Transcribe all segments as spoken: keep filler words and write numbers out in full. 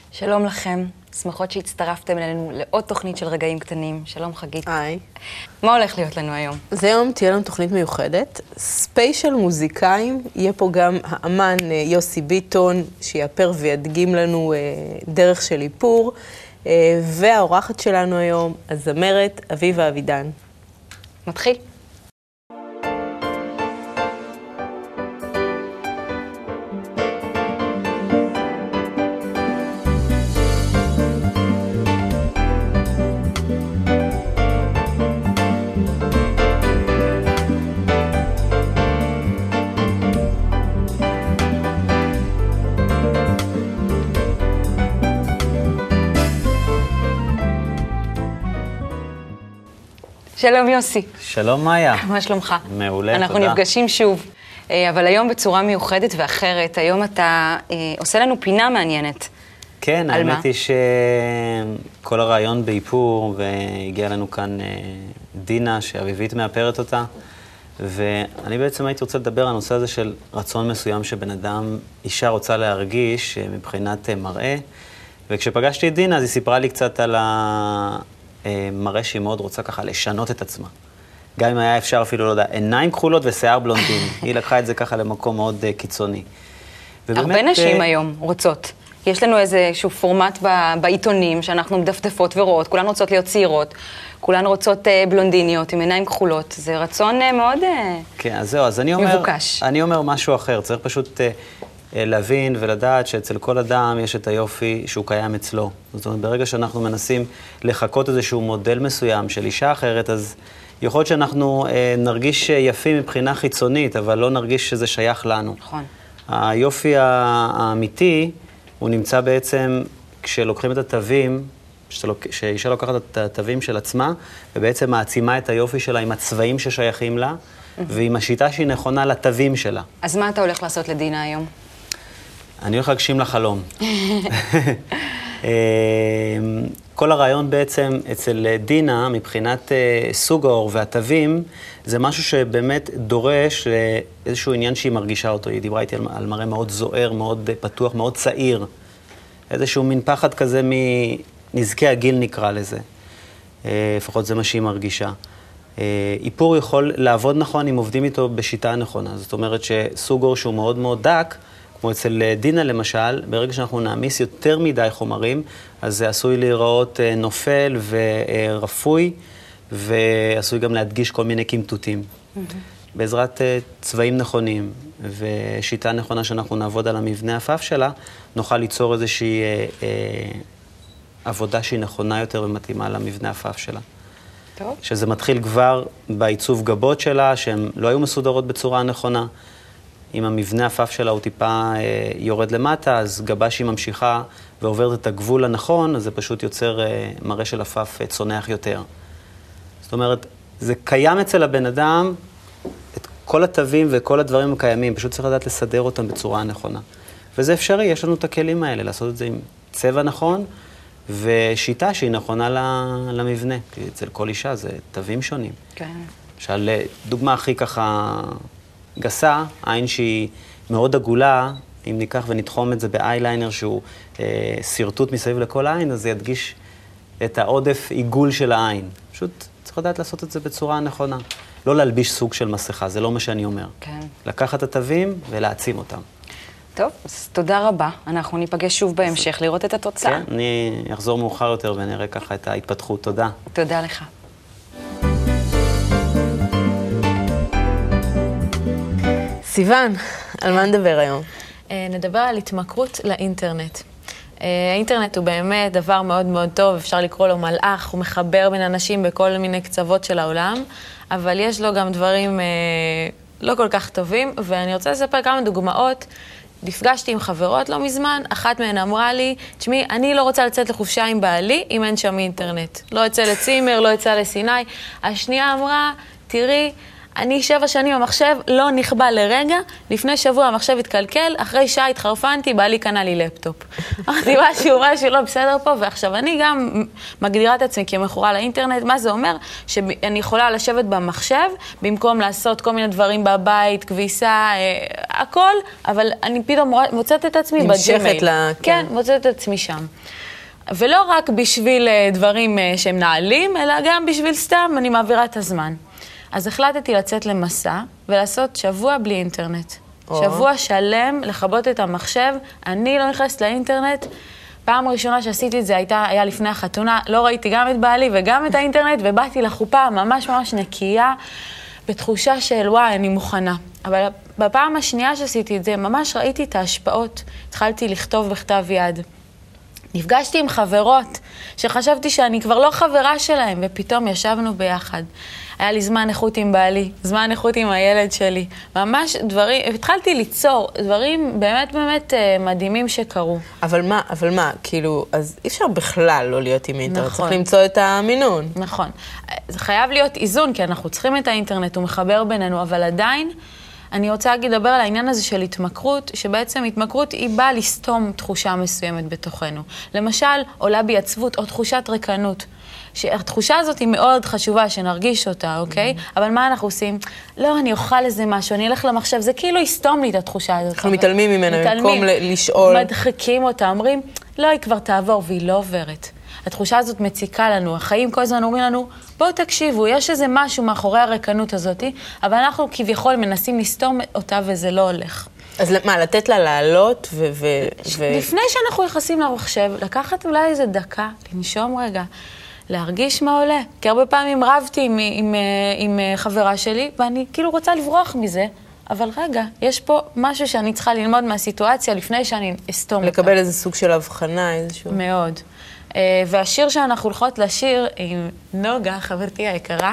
שלום לכם, שמחות שהצטרפתם אלינו לעוד תוכנית של רגעים קטנים. שלום חגית. היי. מה הולך להיות לנו היום? אז היום תהיה לנו תוכנית מיוחדת, ספיישל מוזיקאים, יהיה פה גם האמן יוסי ביטון, שיאפר וידגים לנו דרך של איפור, והאורחת שלנו היום, הזמרת אביבה אבידן. מתחיל. שלום יוסי. שלום מאיה. מה שלומך? מעולה, אנחנו תודה. אנחנו נפגשים שוב, אבל היום בצורה מיוחדת ואחרת. היום אתה אה, עושה לנו פינה מעניינת. כן, על האמת מה? היא שכל הרעיון באיפור, והגיעה לנו כאן אה, דינה, שאביבית מאפרת אותה, ואני בעצם הייתי רוצה לדבר על הנושא הזה של רצון מסוים שבן אדם, אישה רוצה להרגיש אה, מבחינת אה, מראה, וכשפגשתי את דינה, אז היא סיפרה לי קצת על ה... מראה שהיא מאוד רוצה ככה לשנות את עצמה. גם אם היה אפשר אפילו, לא יודע, עיניים כחולות ושיער בלונדיני. היא לקחה את זה ככה למקום מאוד uh, קיצוני. ובאמת, הרבה נשים uh... היום רוצות. יש לנו איזשהו פורמט ב- בעיתונים שאנחנו מדפדפות ורואות. כולן רוצות להיות צעירות. כולן רוצות uh, בלונדיניות עם עיניים כחולות. זה רצון uh, מאוד uh, כן, אז זהו, אז אני אומר, מבוקש. אני אומר משהו אחר. צריך פשוט uh, להבין ולדעת שאצל כל אדם יש את היופי שהוא קיים אצלו. זאת אומרת, ברגע שאנחנו מנסים לחכות איזשהו מודל מסוים של אישה אחרת, אז יכול להיות שאנחנו אה, נרגיש יפים מבחינה חיצונית, אבל לא נרגיש שזה שייך לנו. נכון. היופי האמיתי, הוא נמצא בעצם כשלוקחים את התווים, שאישה לוקחת את התווים של עצמה, ובעצם מעצימה את היופי שלה עם הצבעים ששייכים לה, ועם השיטה שהיא נכונה לתווים שלה. אז מה אתה הולך לעשות לדינה היום? אני הולך להגשים לחלום. כל הרעיון בעצם אצל דינה, מבחינת סוג האור והתווים, זה משהו שבאמת דורש איזשהו עניין שהיא מרגישה אותו. היא דיברה איתי על מראה מאוד זוהר, מאוד פתוח, מאוד צעיר. איזשהו מין פחד כזה מנזקי הגיל נקרא לזה. לפחות זה מה שהיא מרגישה. איפור יכול לעבוד נכון אם עובדים איתו בשיטה הנכונה. זאת אומרת שסוג אור שהוא מאוד מאוד דק, כמו אצל דינה למשל, ברגע שאנחנו נעמיס יותר מדי חומרים, אז זה עשוי להיראות נופל ורפוי, ועשוי גם להדגיש כל מיני קמטוטים. Mm-hmm. בעזרת צבעים נכונים ושיטה נכונה שאנחנו נעבוד על המבנה הפף שלה, נוכל ליצור איזושהי אה, אה, עבודה שהיא נכונה יותר ומתאימה למבנה הפף שלה. טוב. שזה מתחיל כבר בעיצוב גבות שלה, שהן לא היו מסודרות בצורה הנכונה. אם המבנה הפף שלה הוא טיפה אה, יורד למטה, אז גבה שהיא ממשיכה ועוברת את הגבול הנכון, אז זה פשוט יוצר אה, מראה של הפף אה, צונח יותר. זאת אומרת, זה קיים אצל הבן אדם, את כל התווים וכל הדברים הקיימים, פשוט צריך לדעת לסדר אותם בצורה הנכונה. וזה אפשרי, יש לנו את הכלים האלה, לעשות את זה עם צבע נכון, ושיטה שהיא נכונה למבנה. כי אצל כל אישה זה תווים שונים. כן. למשל, דוגמה הכי ככה גסה, עין שהיא מאוד עגולה, אם ניקח ונתחום את זה באייליינר שהוא אה, סרטוט מסביב לכל העין, אז זה ידגיש את העודף עיגול של העין. פשוט צריך לדעת לעשות את זה בצורה הנכונה. לא להלביש סוג של מסכה, זה לא מה שאני אומר. כן. לקחת את התווים ולהעצים אותם. טוב, אז תודה רבה. אנחנו ניפגש שוב בהמשך לראות את התוצאה. כן, אני אחזור מאוחר יותר ונראה ככה את ההתפתחות. תודה. תודה לך. סיוון, על מה נדבר היום? נדבר על התמכרות לאינטרנט. האינטרנט הוא באמת דבר מאוד מאוד טוב, אפשר לקרוא לו מלאך, הוא מחבר בין אנשים בכל מיני קצוות של העולם, אבל יש לו גם דברים לא כל כך טובים, ואני רוצה לספר כמה דוגמאות. נפגשתי עם חברות לא מזמן, אחת מהן אמרה לי, תשמעי, אני לא רוצה לצאת לחופשה עם בעלי אם אין שם אינטרנט. לא יצא לצימר, לא יצא לסיני. השנייה אמרה, תראי, אני שבע שנים במחשב, לא נכבה לרגע, לפני שבוע המחשב התקלקל, אחרי שעה התחרפנתי, בעלי קנה לי לפטופ. אמרתי משהו, משהו לא בסדר פה, ועכשיו אני גם מגדירה את עצמי כמכורה לאינטרנט, מה זה אומר? שאני יכולה לשבת במחשב, במקום לעשות כל מיני דברים בבית, כביסה, הכל, אבל אני פתאום מוצאת את עצמי בג'ימייל. לה... כן, מוצאת את עצמי שם. ולא רק בשביל דברים שהם נעלים, אלא גם בשביל סתם, אני מעבירה את הזמן. אז החלטתי לצאת למסע ולעשות שבוע בלי אינטרנט. או. שבוע שלם, לכבות את המחשב. אני לא נכנסת לאינטרנט. פעם ראשונה שעשיתי את זה הייתה, היה לפני החתונה. לא ראיתי גם את בעלי וגם את האינטרנט, ובאתי לחופה ממש ממש נקייה, בתחושה של וואי, אני מוכנה. אבל בפעם השנייה שעשיתי את זה, ממש ראיתי את ההשפעות. התחלתי לכתוב בכתב יד. נפגשתי עם חברות שחשבתי שאני כבר לא חברה שלהם, ופתאום ישבנו ביחד. היה לי זמן איכות עם בעלי, זמן איכות עם הילד שלי. ממש דברים, התחלתי ליצור דברים באמת באמת מדהימים שקרו. אבל מה, אבל מה, כאילו, אז אי אפשר בכלל לא להיות עם אינטרנט, נכון. צריך למצוא את המינון. נכון. זה חייב להיות איזון, כי אנחנו צריכים את האינטרנט, הוא מחבר בינינו, אבל עדיין, אני רוצה לדבר על העניין הזה של התמכרות, שבעצם התמכרות היא באה לסתום תחושה מסוימת בתוכנו. למשל, עולה בי עצבות או תחושת ריקנות. שהתחושה הזאת היא מאוד חשובה, שנרגיש אותה, אוקיי? Mm-hmm. אבל מה אנחנו עושים? לא, אני אוכל איזה משהו, אני אלך למחשב, זה כאילו יסתום לי את התחושה הזאת. אנחנו מתעלמים ממנה, במקום לשאול. מדחיקים אותה, אומרים, לא, היא כבר תעבור, והיא לא עוברת. התחושה הזאת מציקה לנו, החיים כל הזמן אומרים לנו, בואו תקשיבו, יש איזה משהו מאחורי הריקנות הזאת, אבל אנחנו כביכול מנסים לסתום אותה וזה לא הולך. אז מה, לתת לה לעלות ו... ו... לפני שאנחנו נכנסים למחשב, לקחת אולי איזה דקה, לנשום רגע, להרגיש מה עולה. כי הרבה פעמים רבתי עם, עם, עם חברה שלי, ואני כאילו רוצה לברוח מזה, אבל רגע, יש פה משהו שאני צריכה ללמוד מהסיטואציה לפני שאני אסתום אותה. לקבל איזה סוג של הבחנה, איזשהו... מאוד. והשיר שאנחנו הולכות לשיר עם נוגה, חברתי היקרה,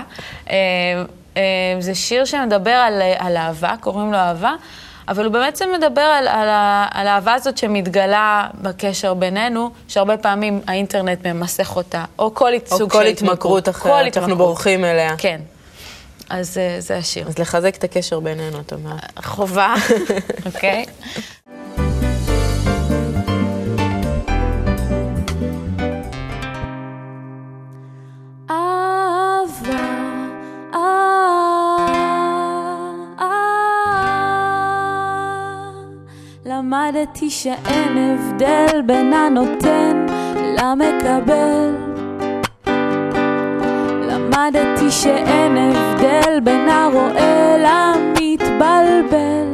זה שיר שמדבר על, על אהבה, קוראים לו אהבה, אבל הוא בעצם מדבר על, על, על האהבה הזאת שמתגלה בקשר בינינו, שהרבה פעמים האינטרנט ממסך אותה, או כל סוג של התמכרות. או כל התמכרות אחרת, אנחנו בורחים אליה. כן. אז זה השיר. אז לחזק את הקשר בינינו, אתה אומר. חובה, אוקיי. למדתי שאין הבדל בין הנותן למקבל. למדתי שאין הבדל בין הרואה למתבלבל.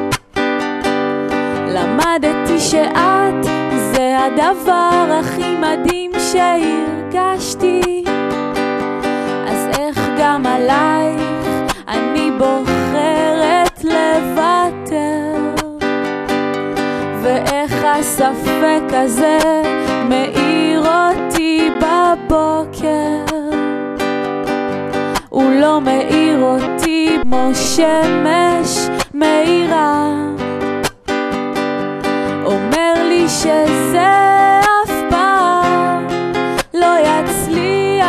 למדתי שאת זה הדבר הכי מדהים שהרגשתי. אז איך גם עלייך אני בוחרת לוותר. ואיך הספק הזה מאיר אותי בבוקר. הוא לא מאיר אותי כמו שמש מאירה. אומר לי שזה אף פעם לא יצליח.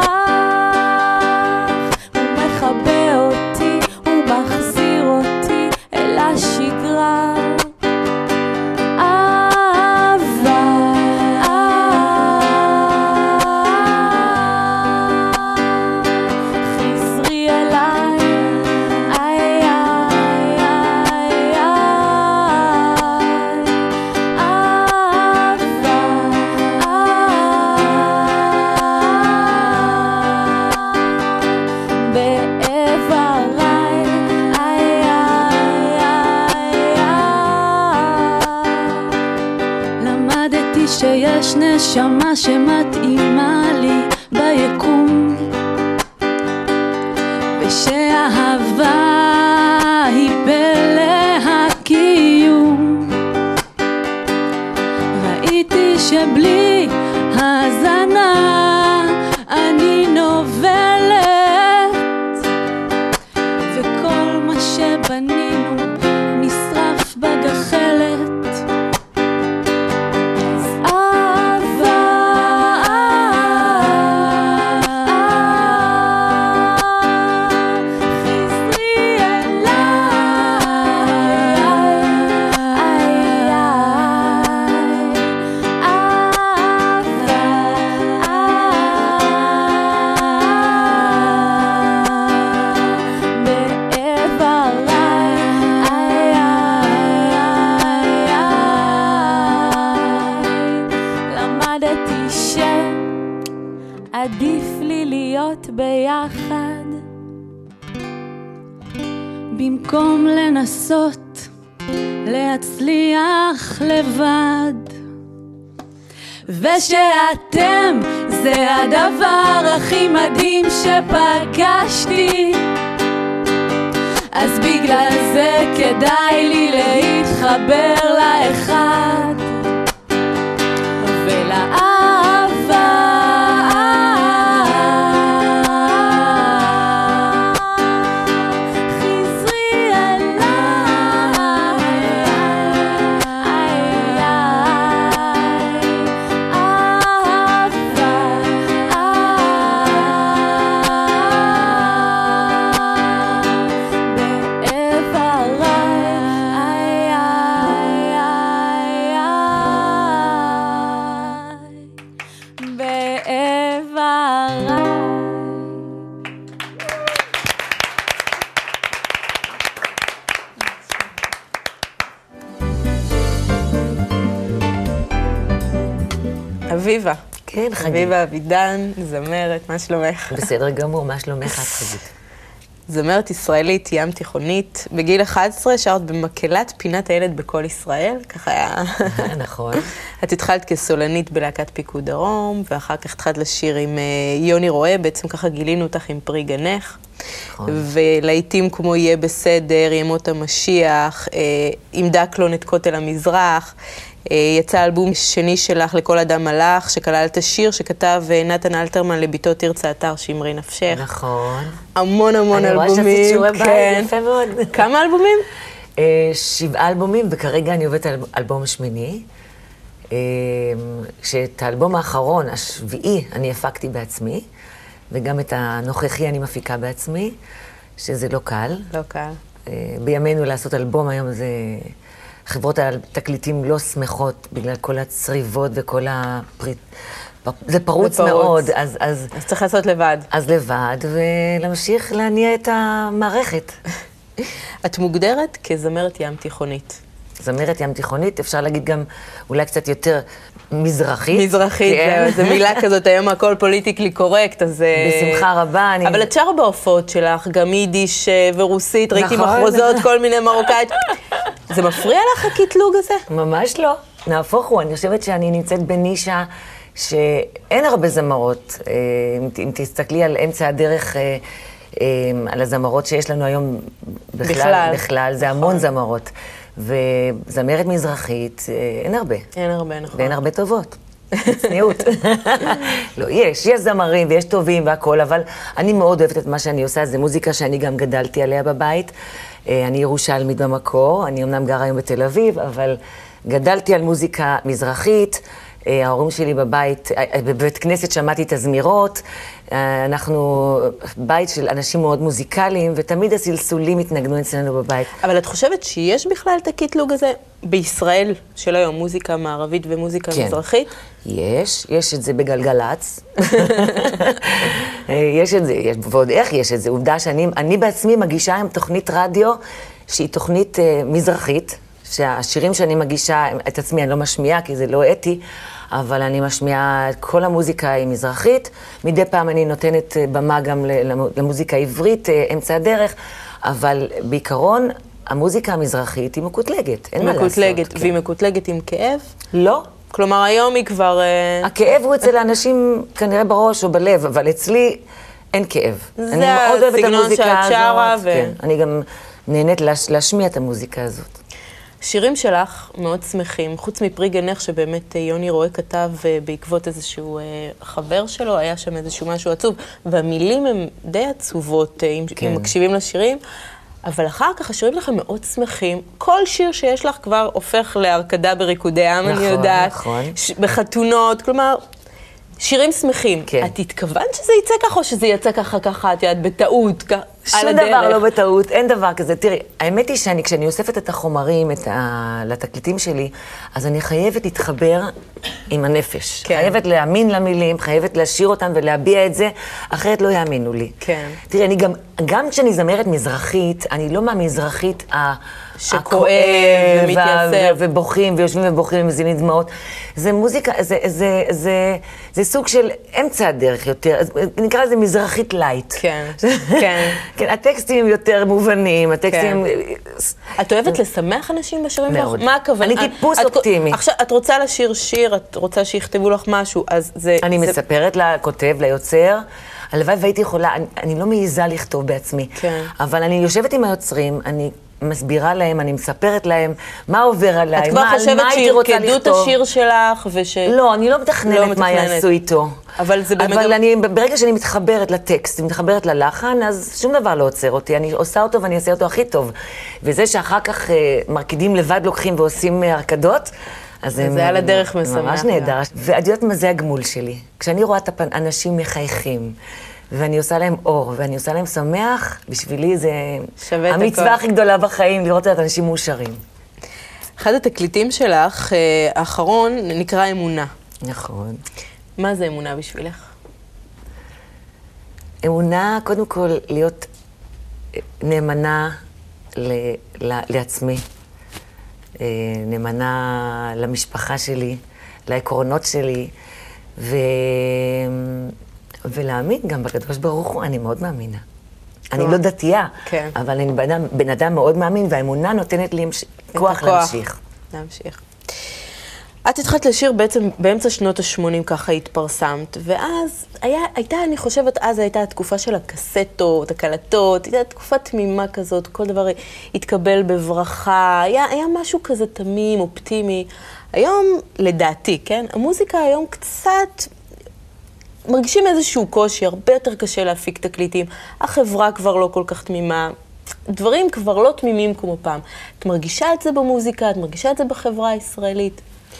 הוא מחבא אותי, הוא מחזיר אותי אל השגרה. שיש נשמה שמתאימה לי ביקום, ושאהבה היא פלא הקיום. ראיתי שבלי הזנה אני נובלת, וכל מה שבנינו נשרף בגחלת. Please למדתי שעדיף לי להיות ביחד במקום לנסות להצליח לבד, ושאתם זה הדבר הכי מדהים שפגשתי, אז בגלל זה כדאי לי להתחבר לאחד ולאהבה. אביבה. כן, חגית. אביבה אבידן, זמרת, מה שלומך? בסדר גמור, מה שלומך את חגית? זמרת ישראלית, ים תיכונית. בגיל אחת עשרה שרת במקהלת פינת הילד בכל ישראל, ככה היה. נכון. את התחלת כסולנית בלהקת פיקוד דרום, ואחר כך התחלת לשיר עם יוני רואה, בעצם ככה גילינו אותך עם פרי גנך. נכון. ולעיתים כמו יהיה בסדר, ימות המשיח, עם דקלון את כותל המזרח. יצא אלבום שני שלך, לכל אדם מלאך, שכלל את השיר שכתב נתן אלתרמן לביתו תרצה אתר שמרי נפשך. נכון. המון המון אלבומים. אני רואה שעשית שיעורי בית, יפה מאוד. כמה אלבומים? שבעה אלבומים, וכרגע אני עובדת על אלבום השמיני. שאת האלבום האחרון, השביעי, אני הפקתי בעצמי, וגם את הנוכחי אני מפיקה בעצמי, שזה לא קל. לא קל. בימינו לעשות אלבום היום זה... חברות התקליטים לא שמחות בגלל כל הצריבות וכל הפריט... זה פרוץ מאוד, אז... אז, אז צריך לעשות לבד. אז לבד, ולהמשיך להניע את המערכת. את מוגדרת כזמרת ים תיכונית. זמרת ים תיכונית, אפשר להגיד גם אולי קצת יותר מזרחית. מזרחית, כן. זה, זה מילה כזאת, היום הכל פוליטיקלי קורקט, אז... בשמחה רבה, אני... אבל את שרה בהופעות שלך, גם יידיש ורוסית, ראיתי מחרוזות, כל מיני מרוקאית. זה מפריע לך הקטלוג הזה? ממש לא. נהפוך הוא, אני חושבת שאני נמצאת בנישה שאין הרבה זמרות. אם תסתכלי על אמצע הדרך, על הזמרות שיש לנו היום בכלל, בכלל זה המון זמרות. וזמרת מזרחית, אין הרבה. אין הרבה, נכון. ואין הרבה טובות. צניעות. לא, יש, יש זמרים ויש טובים והכל, אבל אני מאוד אוהבת את מה שאני עושה, זה מוזיקה שאני גם גדלתי עליה בבית. אני ירושלמית במקור, אני אמנם גרה היום בתל אביב, אבל גדלתי על מוזיקה מזרחית, ההורים שלי בבית, בבית כנסת שמעתי את הזמירות, אנחנו בית של אנשים מאוד מוזיקליים, ותמיד הסלסולים התנגנו אצלנו בבית. אבל את חושבת שיש בכלל את הקטלוג הזה בישראל של היום, מוזיקה מערבית ומוזיקה כן. מזרחית? יש, יש את זה בגלגלץ. יש את זה, יש, ועוד איך יש את זה. עובדה שאני אני בעצמי מגישה עם תוכנית רדיו, שהיא תוכנית uh, מזרחית, שהשירים שאני מגישה, את עצמי אני לא משמיעה, כי זה לא אתי, אבל אני משמיעה את כל המוזיקה היא מזרחית. מדי פעם אני נותנת במה גם למוזיקה עברית, אמצע הדרך, אבל בעיקרון המוזיקה המזרחית היא מקוטלגת, אין מה לעשות. מקוטלגת, והיא מקוטלגת עם כאב? לא. כלומר, היום היא כבר... הכאב הוא אצל האנשים כנראה בראש או בלב, אבל אצלי אין כאב. זה הסגנון שאת שרה ו... כן, אני גם נהנית להשמיע את המוזיקה הזאת. שירים שלך מאוד שמחים, חוץ מפרי גנך שבאמת יוני רואה כתב בעקבות איזשהו חבר שלו, היה שם איזשהו משהו עצוב, והמילים הן די עצובות אם, כן. אם מקשיבים לשירים, אבל אחר כך השירים לכם מאוד שמחים, כל שיר שיש לך כבר הופך להרקדה בריקודי עם, נכון, אני יודעת, נכון. ש- בחתונות, כלומר, שירים שמחים. כן. את התכוונת שזה יצא ככה או שזה יצא ככה ככה, את יודעת, בטעות? כ- שום דבר לא בטעות, אין דבר כזה. תראי, האמת היא שאני, כשאני אוספת את החומרים, את ה... לתקליטים שלי, אז אני חייבת להתחבר עם הנפש. כן. חייבת להאמין למילים, חייבת להשאיר אותם ולהביע את זה, אחרת לא יאמינו לי. כן. תראי, אני גם, גם כשאני זמרת מזרחית, אני לא מהמזרחית ה... שכואב ומתייסר. ובוכים, ויושבים ובוכים ומזינים דמעות. זה מוזיקה, זה, זה, זה, זה סוג של אמצע הדרך יותר, נקרא לזה מזרחית לייט. כן, כן. כן, הטקסטים יותר מובנים, הטקסטים... את אוהבת לשמח אנשים בשירים שלך? מאוד. מה הכוונה? אני טיפוס אופטימי. עכשיו, את רוצה לשיר שיר, את רוצה שיכתבו לך משהו, אז זה... אני מספרת לכותב, ליוצר, הלוואי והייתי יכולה, אני, אני לא מעיזה לכתוב בעצמי, כן. אבל אני יושבת עם היוצרים, אני מסבירה להם, אני מספרת להם מה עובר עליי, מה, על מה הייתי רוצה לכתוב. את כבר חושבת שירקדו את השיר שלך וש... לא, אני לא מתכננת לא מה מתכננת. יעשו איתו. אבל זה באמת... אבל אני, ברגע שאני מתחברת לטקסט, מתחברת ללחן, אז שום דבר לא עוצר אותי. אני עושה אותו ואני אעשה אותו הכי טוב. וזה שאחר כך אה, מרקידים לבד, לוקחים ועושים אה, הרקדות, אז זה היה לדרך משמח. ממש נהדר. ואת יודעת מה זה הגמול שלי? כשאני רואה את האנשים מחייכים, ואני עושה להם אור, ואני עושה להם שמח, בשבילי זה המצווה הכי גדולה בחיים, לראות את אנשים מאושרים. אחד התקליטים שלך, האחרון, נקרא אמונה. נכון. מה זה אמונה בשבילך? אמונה, קודם כל, להיות נאמנה ל- ל- לעצמי, נאמנה למשפחה שלי, לעקרונות שלי, ו... ולהאמין גם בקדוש ברוך הוא, אני מאוד מאמינה. אני לא דתייה, כן. אבל אני בן אדם, בן אדם מאוד מאמין, והאמונה נותנת לי כוח להמשיך. להמשיך. את התחלת לשיר בעצם באמצע שנות ה-שמונים, ככה התפרסמת, ואז היה, הייתה, אני חושבת, אז הייתה התקופה של הקסטות, הקלטות, הייתה תקופה תמימה כזאת, כל דבר התקבל בברכה, היה, היה משהו כזה תמים, אופטימי. היום, לדעתי, כן, המוזיקה היום קצת... מרגישים איזשהו קושי, הרבה יותר קשה להפיק תקליטים, החברה כבר לא כל כך תמימה, דברים כבר לא תמימים כמו פעם. את מרגישה את זה במוזיקה, את מרגישה את זה בחברה הישראלית?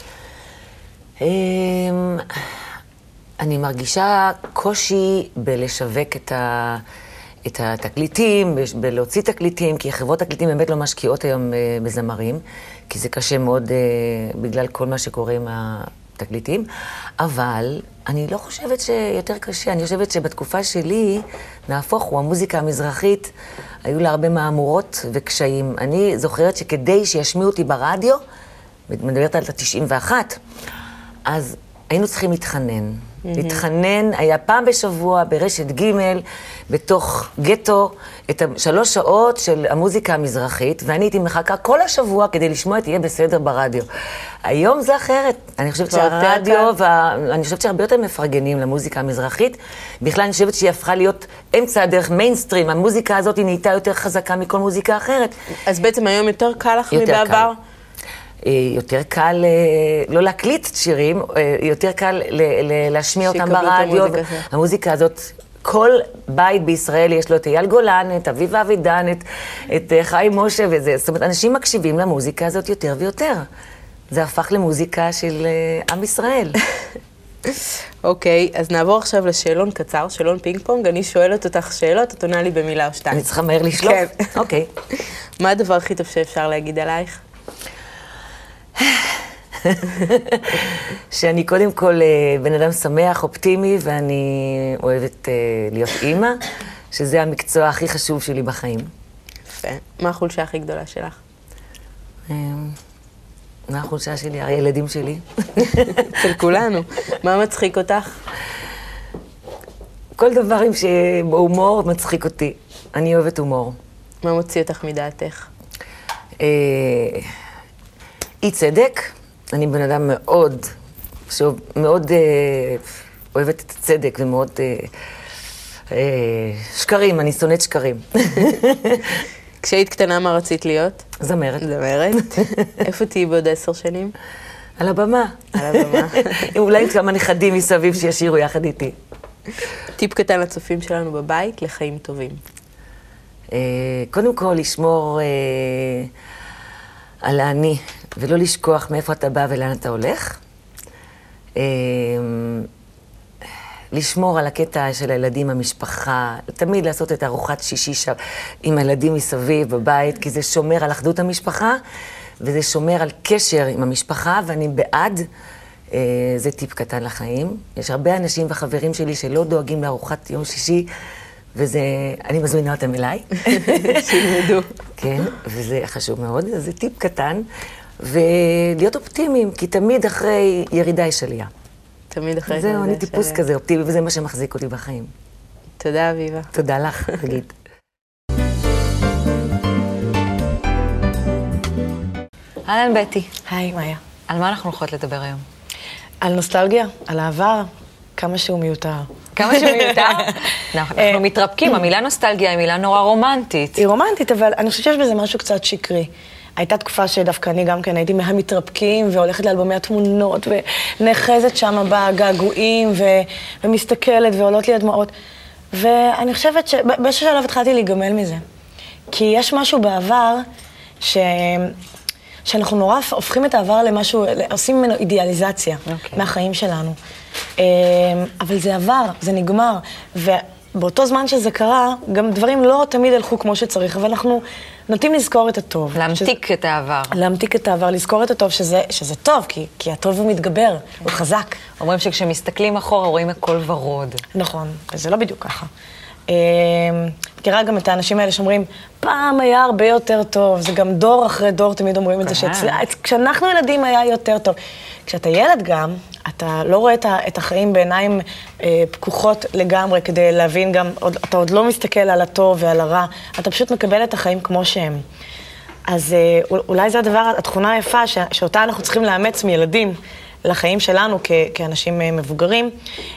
אני מרגישה קושי בלשווק את ה... את התקליטים, בלהוציא תקליטים, כי חברות תקליטים באמת לא משקיעות היום בזמרים, כי זה קשה מאוד בגלל כל מה שקורה עם התקליטים, אבל אני לא חושבת שיותר קשה, אני חושבת שבתקופה שלי, נהפוך הוא, המוזיקה המזרחית, היו לה הרבה מהמורות וקשיים. אני זוכרת שכדי שישמיעו אותי ברדיו, מדברת על ה-תשעים ואחת, אז היינו צריכים להתחנן. להתחנן, היה פעם בשבוע ברשת ג' בתוך גטו, את השלוש שעות של המוזיקה המזרחית, ואני הייתי מחכה כל השבוע כדי לשמוע את יהיה בסדר ברדיו. היום זה אחרת. אני חושבת שהרדיו, ואני חושבת שהרבה יותר מפרגנים למוזיקה המזרחית. בכלל אני חושבת שהיא הפכה להיות אמצע הדרך מיינסטרים. המוזיקה הזאת היא נהייתה יותר חזקה מכל מוזיקה אחרת. אז בעצם היום יותר קל לך מבעבר? יותר קל לא להקליט שירים, יותר קל להשמיע אותם ברדיו. המוזיקה הזאת, כל בית בישראל יש לו את אייל גולן, את אביבה אבידן, את חיים משה וזה. זאת אומרת, אנשים מקשיבים למוזיקה הזאת יותר ויותר. זה הפך למוזיקה של עם ישראל. אוקיי, אז נעבור עכשיו לשאלון קצר, שאלון פינג פונג. אני שואלת אותך שאלות, את עונה לי במילה או שתיים. אני צריכה מהר לשלוף? כן. אוקיי. מה הדבר הכי טוב שאפשר להגיד עלייך? שאני קודם כל בן אדם שמח, אופטימי, ואני אוהבת להיות אימא, שזה המקצוע הכי חשוב שלי בחיים. יפה. מה החולשה הכי גדולה שלך? מה החולשה שלי? הילדים שלי. של כולנו. מה מצחיק אותך? כל דברים שבהומור מצחיק אותי. אני אוהבת הומור. מה מוציא אותך מדעתך? אי צדק. אני בן אדם מאוד, מאוד אוהבת את הצדק ומאוד שקרים, אני שונאת שקרים. כשהיית קטנה, מה רצית להיות? זמרת. זמרת. איפה תהיי בעוד עשר שנים? על הבמה. על הבמה. אולי עם כמה נכדים מסביב שישירו יחד איתי. טיפ קטן לצופים שלנו בבית, לחיים טובים. קודם כל, לשמור על האני, ולא לשכוח מאיפה אתה בא ולאן אתה הולך. לשמור על הקטע של הילדים, המשפחה, תמיד לעשות את ארוחת שישי שם עם הילדים מסביב בבית, כי זה שומר על אחדות המשפחה, וזה שומר על קשר עם המשפחה, ואני בעד, אה, זה טיפ קטן לחיים. יש הרבה אנשים וחברים שלי שלא דואגים לארוחת יום שישי, וזה, אני מזמינה אותם אליי. שילמדו. כן, וזה חשוב מאוד, אז זה טיפ קטן, ולהיות אופטימיים, כי תמיד אחרי ירידה יש עלייה. תמיד אחרי זהו, אני טיפוס כזה אופטימי, וזה מה שמחזיק אותי בחיים. תודה, אביבה. תודה לך, תגיד. אהלן בטי, היי, מאיה. על מה אנחנו הולכות לדבר היום? על נוסטלגיה, על העבר, כמה שהוא מיותר. כמה שהוא מיותר? אנחנו מתרפקים, המילה נוסטלגיה היא מילה נורא רומנטית. היא רומנטית, אבל אני חושבת שיש בזה משהו קצת שקרי. הייתה תקופה שדווקא אני גם כן הייתי מהמתרפקים, והולכת לאלבומי התמונות, ונחזת שם בגעגועים, ומסתכלת, ועולות לי הדמעות. ואני חושבת שבאיזשהו שלב התחלתי להיגמל מזה. כי יש משהו בעבר ש... שאנחנו נורא הופכים את העבר למשהו, עושים ממנו אידיאליזציה okay. מהחיים שלנו. אבל זה עבר, זה נגמר, ובאותו זמן שזה קרה, גם דברים לא תמיד הלכו כמו שצריך, אבל אנחנו נוטים לזכור את הטוב. להמתיק שזה, את העבר. להמתיק את העבר, לזכור את הטוב, שזה, שזה טוב, כי, כי הטוב הוא מתגבר, okay. הוא חזק. אומרים שכשמסתכלים אחורה רואים הכל ורוד. נכון, זה לא בדיוק ככה. מכירה גם את האנשים האלה שאומרים, פעם היה הרבה יותר טוב, זה גם דור אחרי דור תמיד אומרים את זה, כשאנחנו ילדים היה יותר טוב. כשאתה ילד גם, אתה לא רואה את החיים בעיניים פקוחות לגמרי, כדי להבין גם, אתה עוד לא מסתכל על הטוב ועל הרע, אתה פשוט מקבל את החיים כמו שהם. אז אולי זה הדבר, התכונה היפה, שאותה אנחנו צריכים לאמץ מילדים לחיים שלנו כאנשים מבוגרים,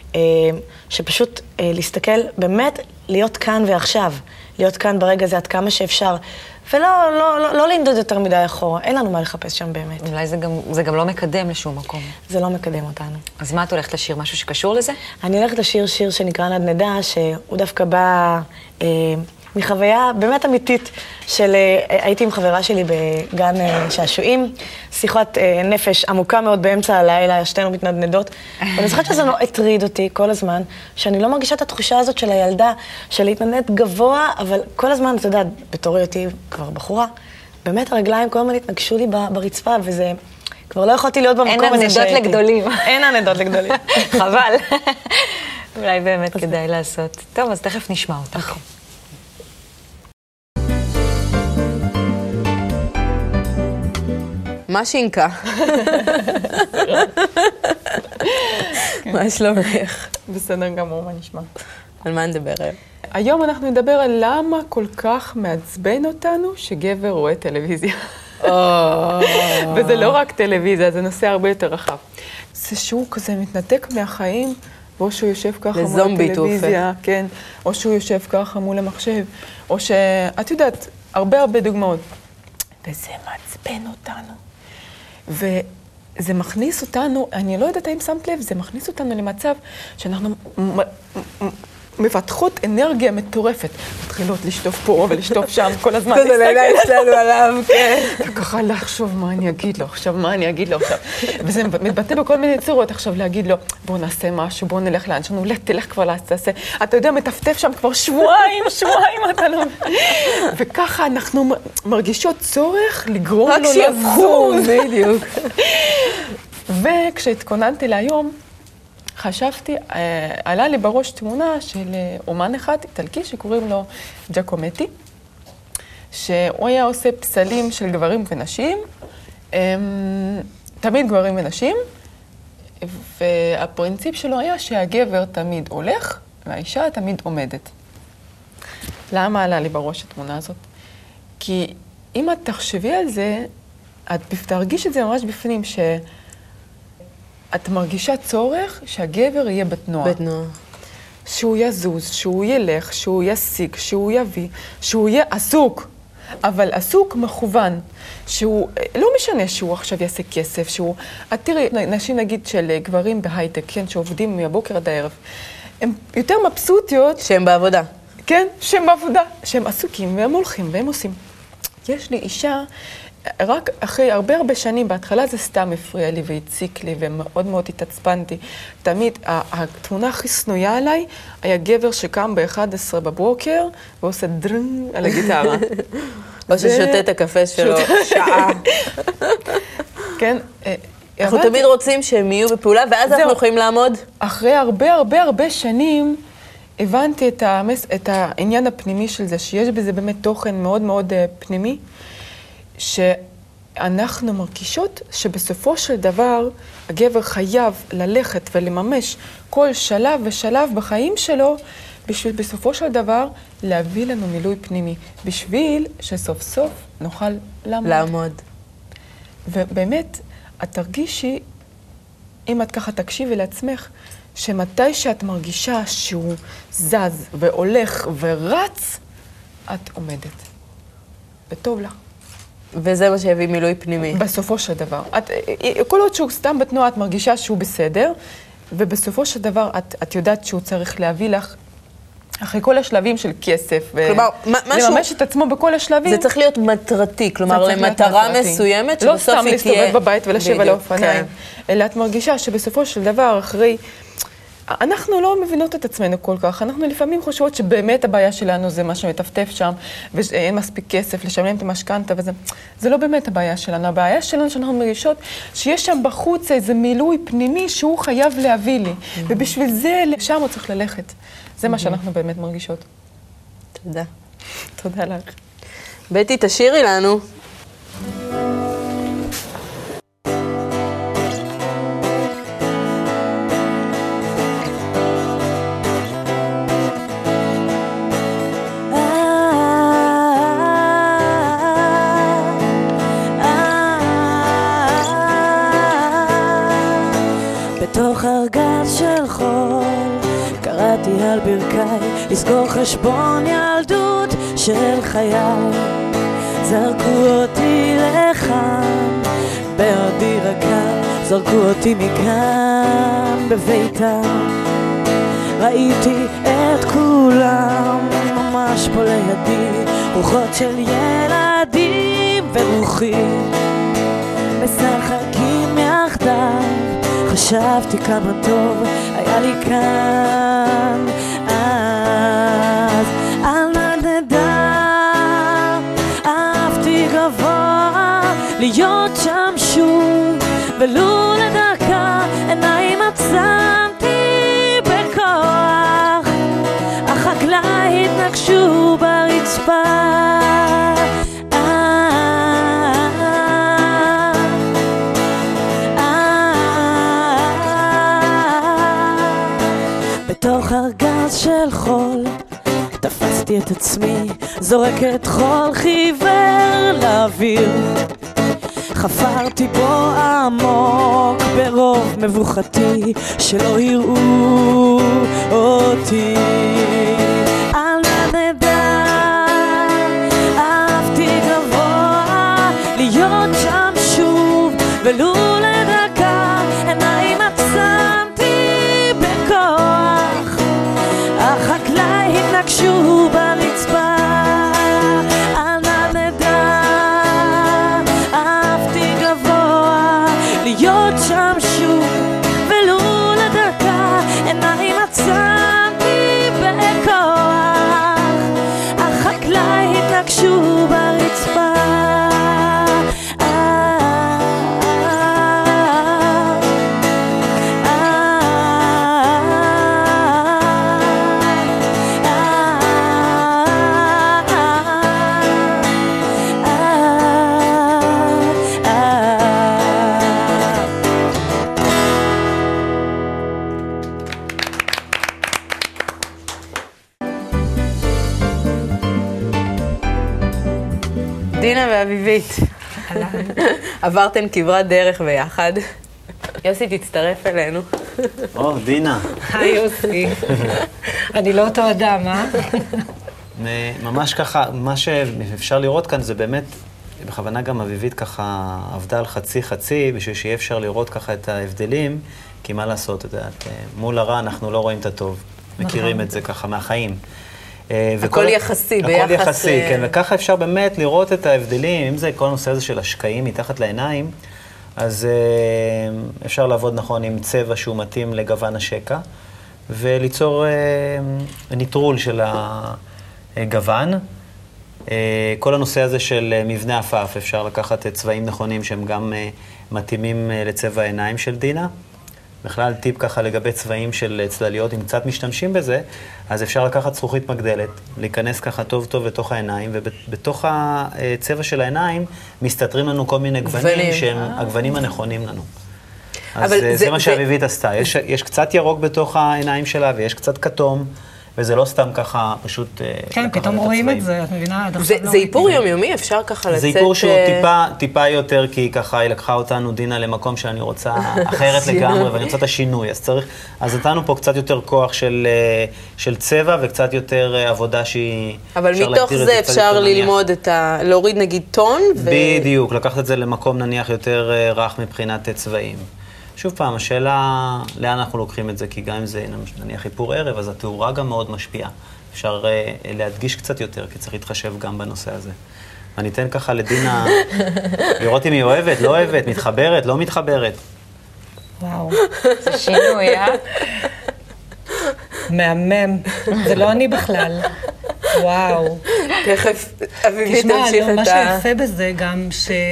שפשוט להסתכל באמת, להיות כאן ועכשיו, להיות כאן ברגע הזה עד כמה שאפשר, ולא לא, לא, לא לנדוד יותר מדי אחורה, אין לנו מה לחפש שם באמת. אולי זה גם, זה גם לא מקדם לשום מקום. זה לא מקדם אותנו. אז מה את הולכת לשיר? משהו שקשור לזה? אני הולכת לשיר שיר שנקרא נדנדה, שהוא דווקא בא אה, מחוויה באמת אמיתית של, אה, הייתי עם חברה שלי בגן אה, שעשועים, שיחת אה, נפש עמוקה מאוד באמצע הלילה, שתינו מתנדנדות, ואני זוכרת שזה לא הטריד אותי כל הזמן, שאני לא מרגישה את התחושה הזאת של הילדה, של להתנדנד גבוה, אבל כל הזמן, אתה יודע, בתור היותי כבר בחורה, באמת הרגליים כל הזמן התנגשו לי ברצפה, וזה... כבר לא יכולתי להיות במקום הזה שהייתי. אין הנדות לגדולים. אין הנדות לגדולים. חבל. אולי באמת כדאי לעשות. טוב, אז תכף נשמע אותך. מה שינקה? מה שלומך? בסדר גמור, מה נשמע? על מה נדבר היום? היום אנחנו נדבר על למה כל כך מעצבן אותנו שגבר רואה טלוויזיה. וזה לא רק טלוויזיה, זה נושא הרבה יותר רחב. זה שהוא כזה מתנתק מהחיים, או שהוא יושב ככה מול הטלוויזיה, כן, או שהוא יושב ככה מול המחשב, או שאת יודעת, הרבה הרבה דוגמאות. וזה מעצבן אותנו. וזה מכניס אותנו, אני לא יודעת אם שמת לב, זה מכניס אותנו למצב שאנחנו מפתחות אנרגיה מטורפת. מתחילות לשטוף פה ולשטוף שם כל הזמן. זה לילה אצלנו עליו, כן. וככה לחשוב מה אני אגיד לו עכשיו, מה אני אגיד לו עכשיו. וזה מתבטא בכל מיני צורות עכשיו להגיד לו, בוא נעשה משהו, בוא נלך לאן שלנו, תלך כבר לעשה. אתה יודע, מטפטף שם כבר שבועיים, שבועיים, אתה לא... וככה אנחנו מרגישות צורך לגרום לו לזוז. בדיוק. וכשהתכוננתי להיום, חשבתי, עלה לי בראש תמונה של אומן אחד, איטלקי, שקוראים לו ג'קומטי, שהוא היה עושה פסלים של גברים ונשים, תמיד גברים ונשים, והפרינציפ שלו היה שהגבר תמיד הולך, והאישה תמיד עומדת. למה עלה לי בראש התמונה הזאת? כי אם את תחשבי על זה, את תרגיש את זה ממש בפנים, ש... את מרגישה צורך שהגבר יהיה בתנועה. בתנועה. שהוא יזוז, שהוא ילך, שהוא ישיג, שהוא יביא, שהוא יהיה עסוק. אבל עסוק מכוון, שהוא, לא משנה שהוא עכשיו יעשה כסף, שהוא... את תראי, נשים נגיד של גברים בהייטק, כן, שעובדים מהבוקר עד הערב, הם יותר מבסוטיות... שהם בעבודה. כן, שהם בעבודה, שהם עסוקים, והם הולכים, והם עושים. יש לי אישה... רק אחרי הרבה הרבה שנים, בהתחלה זה סתם הפריע לי והציק לי ומאוד מאוד התעצבנתי. תמיד התמונה הכי שנויה עליי היה גבר שקם ב-אחת עשרה בבוקר ועושה דרנג על הגיטרה. או ששותה את הקפה שלו שעה. כן. אנחנו תמיד רוצים שהם יהיו בפעולה, ואז אנחנו יכולים לעמוד. אחרי הרבה הרבה הרבה שנים, הבנתי את, המס, את העניין הפנימי של זה, שיש בזה באמת תוכן מאוד מאוד uh, פנימי, שאנחנו מרגישות שבסופו של דבר הגבר חייב ללכת ולממש כל שלב ושלב בחיים שלו, בשביל בסופו של דבר להביא לנו מילוי פנימי, בשביל שסוף סוף נוכל לעמוד. לעמוד. ובאמת, את תרגישי, אם את ככה תקשיבי לעצמך, שמתי שאת מרגישה שהוא זז והולך ורץ, את עומדת. וטוב לך. וזה מה שהביא מילוי פנימי. בסופו של דבר. את, כל עוד שהוא סתם בתנועה, את מרגישה שהוא בסדר, ובסופו של דבר את, את יודעת שהוא צריך להביא לך, אחרי כל השלבים של כסף, כלומר, ולממש את עצמו בכל השלבים. זה צריך להיות מטרתי, כלומר, למטרה מסוימת, לא סתם להסתובב בבית ולשב על האופניים, אלא את מרגישה שבסופו של דבר, אחרי... אנחנו לא מבינות את עצמנו כל כך, אנחנו לפעמים חושבות שבאמת הבעיה שלנו זה מה שמטפטף שם, ואין מספיק כסף לשלם את המשכנתה וזה. זה לא באמת הבעיה שלנו, הבעיה שלנו שאנחנו מרגישות שיש שם בחוץ איזה מילוי פנימי שהוא חייב להביא לי, ובשביל זה לשם הוא צריך ללכת. זה מה שאנחנו באמת מרגישות. תודה. תודה לך. בטי, תשירי לנו. בתוך ארגז של חול קראתי על ברכיי לסגור חשבון ילדות של חיי. זרקו אותי לכאן בעודי רגע, זרקו אותי מכאן בביתם. ראיתי את כולם ממש פה לידי, רוחות של ילדים ורוחי משחקים יחדיו. חשבתי כמה טוב היה לי כאן אז, על נדנדה אהבתי גבוה להיות שם שוב, ולו לדקה עיניים עצמתי בכוח, החקלאי התנגשו ברצפה. בתוך ארגז של חול תפסתי את עצמי זורקת חול חיוור לאוויר, חפרתי בו עמוק ברוב מבוכתי שלא יראו אותי. על נדנדה אהבתי גבוה להיות שם שוב, ולו לדקה עיניים עצמתי בכוח, החקלאי התנגשו ברצפה. על נדנדה אהבתי גבוה להיות שם שוב, ולו לדקה עיניים עצמתי בכוח, החקלאי התנגשו ברצפה. דינה ואביבית, עברתן כברת דרך ביחד. יוסי, תצטרף אלינו. או, דינה. היי יוסי. אני לא אותו אדם, אה? ממש ככה, מה שאפשר לראות כאן זה באמת, בכוונה גם אביבית ככה עבדה על חצי חצי, בשביל שיהיה אפשר לראות ככה את ההבדלים, כי מה לעשות, את יודעת, מול הרע אנחנו לא רואים את הטוב, מכירים את זה ככה מהחיים. הכל יחסי, ביחס... הכל יחסי, כן, וככה אפשר באמת לראות את ההבדלים, אם זה כל הנושא הזה של השקעים מתחת לעיניים, אז אפשר לעבוד נכון עם צבע שהוא מתאים לגוון השקע, וליצור ניטרול של הגוון. כל הנושא הזה של מבנה עפעף, אפשר לקחת צבעים נכונים שהם גם מתאימים לצבע העיניים של דינה. בכלל טיפ ככה לגבי צבעים של צלליות, אם קצת משתמשים בזה, אז אפשר לקחת זכוכית מגדלת, להיכנס ככה טוב טוב לתוך העיניים, ובתוך הצבע של העיניים מסתתרים לנו כל מיני גוונים שהם הגוונים הנכונים לנו. אז זה, זה מה שאביבית עשתה. יש, יש קצת ירוק בתוך העיניים שלה ויש קצת כתום, וזה לא סתם ככה פשוט... כן, פתאום רואים את זה, את מבינה? זה, זה איפור יומיומי, אפשר ככה לצאת... זה איפור שהוא טיפה, טיפה יותר, כי ככה היא לקחה אותנו, דינה, למקום שאני רוצה אחרת לגמרי, ואני רוצה את השינוי. אז צריך... אז נתנו פה קצת יותר כוח של, של צבע, וקצת יותר עבודה שהיא... אבל מתוך זה אפשר ללמוד את ה... להוריד נגיד טון, ו... בדיוק, לקחת את זה למקום נניח יותר רך מבחינת צבעים. שוב פעם, השאלה לאן אנחנו לוקחים את זה, כי גם אם זה נניח איפור ערב, אז התאורה גם מאוד משפיעה. אפשר uh, להדגיש קצת יותר, כי צריך להתחשב גם בנושא הזה. אני אתן ככה לדינה לראות אם היא אוהבת, לא אוהבת, מתחברת, לא מתחברת. וואו. זה שינוי, אה? מהמם. זה לא אני בכלל. וואו. תכף, אביבית תמשיך את ה... מה שיפה בזה גם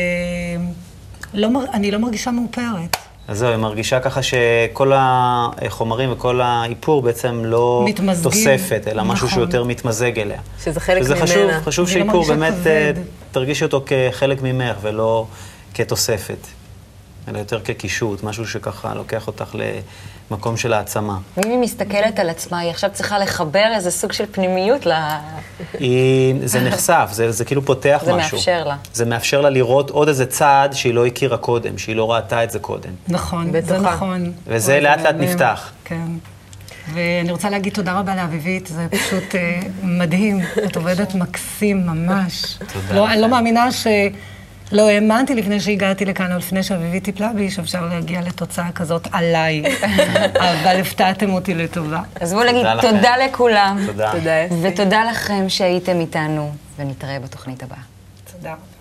שאני לא מרגישה מאופרת. אז זהו, היא מרגישה ככה שכל החומרים וכל האיפור בעצם לא מתמזגים. תוספת, אלא נכון. משהו שיותר מתמזג אליה. שזה חלק שזה ממנה. חשוב, חשוב שאיפור לא באמת כבד. תרגיש אותו כחלק ממך ולא כתוספת, אלא יותר כקישוט, משהו שככה לוקח אותך למקום של העצמה. ואם היא מסתכלת על עצמה, היא עכשיו צריכה לחבר איזה סוג של פנימיות ל... היא, זה נחשף, זה, זה כאילו פותח זה משהו. מאפשר לה. זה מאפשר לה לראות עוד איזה צעד שהיא לא הכירה קודם, שהיא לא ראתה את זה קודם. נכון, בטוחה. זה נכון. וזה אוי, לאט לאט מהמם. נפתח. כן. ואני רוצה להגיד תודה רבה לאביבית, זה פשוט אה, מדהים. את עובדת מקסים ממש. תודה. לא, אני לא מאמינה ש... לא האמנתי לפני שהגעתי לכאן, או לפני שאביבית טיפלה בי, שאפשר להגיע לתוצאה כזאת עליי. אבל הפתעתם אותי לטובה. אז בואו נגיד תודה לכם. תודה לכולם. תודה. תודה. ותודה לכם שהייתם איתנו, ונתראה בתוכנית הבאה. תודה.